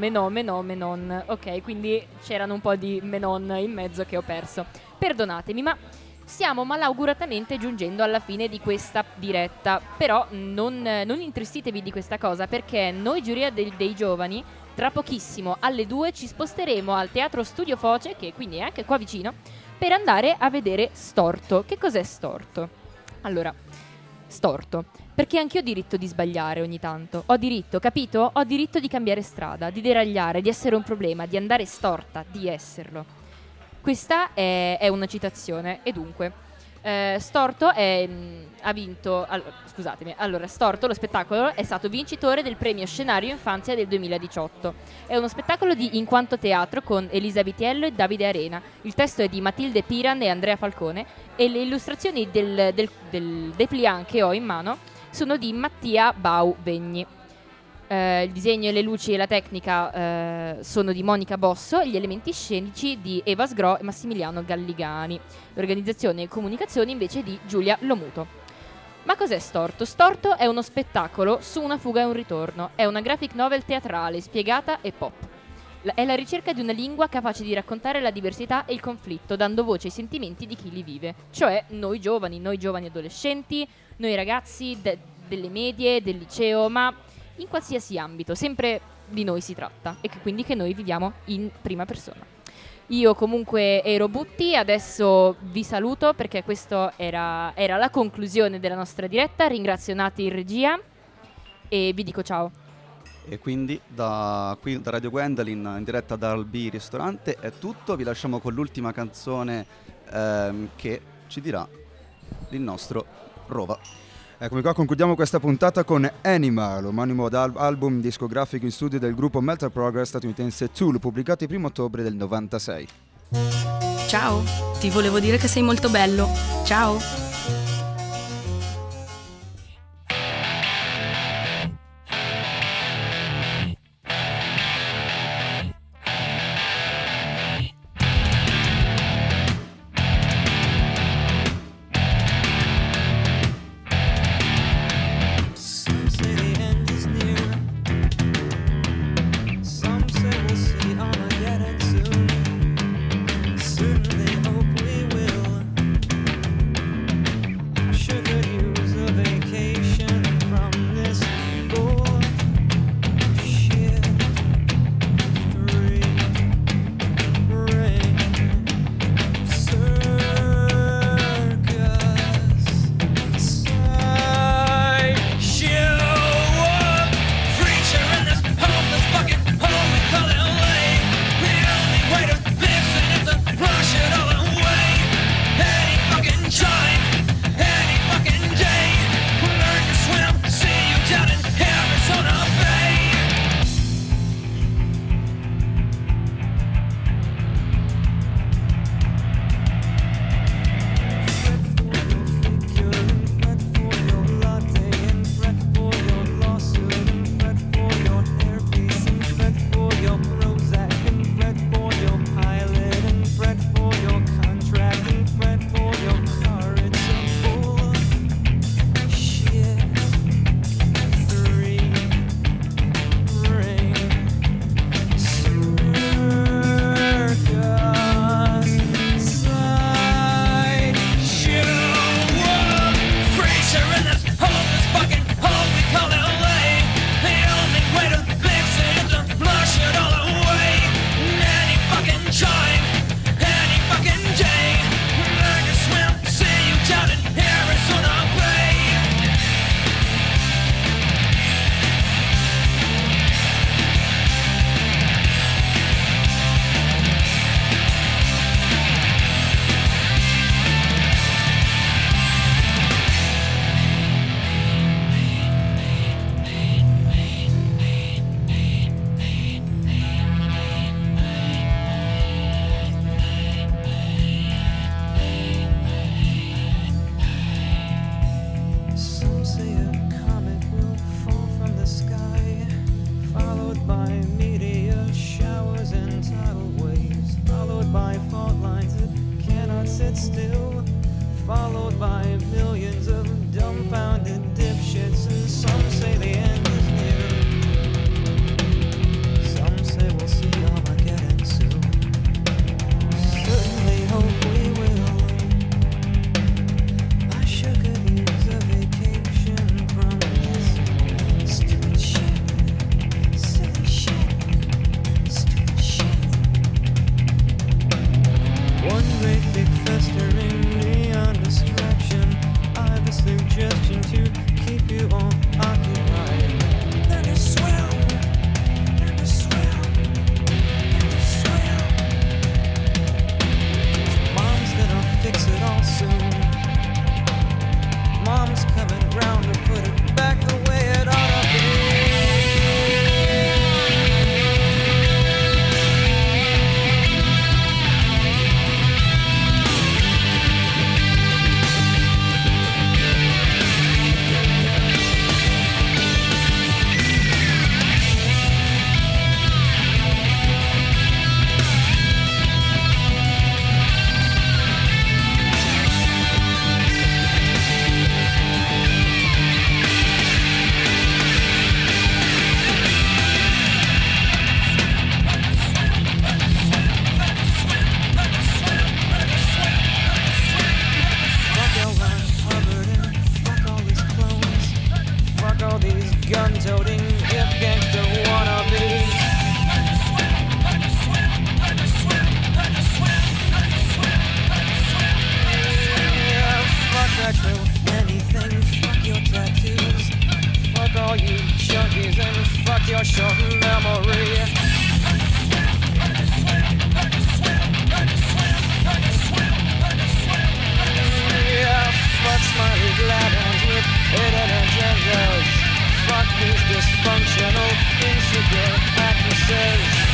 Phenomenon. Ok, quindi c'erano un po' di menon in mezzo che ho perso. Perdonatemi, ma stiamo malauguratamente giungendo alla fine di questa diretta. Però non, non intristitevi di questa cosa, perché noi giuria del, dei giovani tra pochissimo alle due ci sposteremo al Teatro Studio Foce, che quindi è anche qua vicino, per andare a vedere Storto. Che cos'è Storto? Allora, Storto, perché anch'io ho diritto di sbagliare ogni tanto. Ho diritto, capito? Ho diritto di cambiare strada, di deragliare, di essere un problema, di andare storta, di esserlo. Questa è, è una citazione, e dunque Eh, Storto è, mh, ha vinto, all- scusatemi, allora Storto, lo spettacolo, è stato vincitore del premio Scenario Infanzia del duemiladiciotto. È uno spettacolo di In Quanto Teatro con Elisa Vitiello e Davide Arena. Il testo è di Matilde Piran e Andrea Falcone e le illustrazioni del, del, del dépliant che ho in mano sono di Mattia Bau Vegni. Uh, il disegno e le luci e la tecnica uh, sono di Monica Bosso e gli elementi scenici di Eva Sgro e Massimiliano Galligani. L'organizzazione e comunicazione invece di Giulia Lomuto. Ma cos'è Storto? Storto è uno spettacolo su una fuga e un ritorno. È una graphic novel teatrale, spiegata e pop. La- è la ricerca di una lingua capace di raccontare la diversità e il conflitto, dando voce ai sentimenti di chi li vive. Cioè noi giovani, noi giovani adolescenti, noi ragazzi de- delle medie, del liceo, ma in qualsiasi ambito, sempre di noi si tratta e che quindi che noi viviamo in prima persona. Io comunque ero Butti, adesso vi saluto perché questa era, era la conclusione della nostra diretta. Ringrazio Nati in regia e vi dico ciao. E quindi da qui da Radio Gwendolyn in diretta dal B ristorante è tutto, vi lasciamo con l'ultima canzone ehm, che ci dirà il nostro Rova. Eccomi qua, concludiamo questa puntata con Animal, omonimo ad album discografico in studio del gruppo Metal Progress statunitense Tool, pubblicato il primo ottobre del novantasei. Ciao, ti volevo dire che sei molto bello. Ciao. One great big festering gun-toting, hip gangster wannabes. Yeah, fuck retro, anything, fuck your tattoos. Fuck all you junkies and fuck your short memory. Yeah, fuck smiley glad hands with hidden agendas. Fuck these dysfunctional, insecure actresses.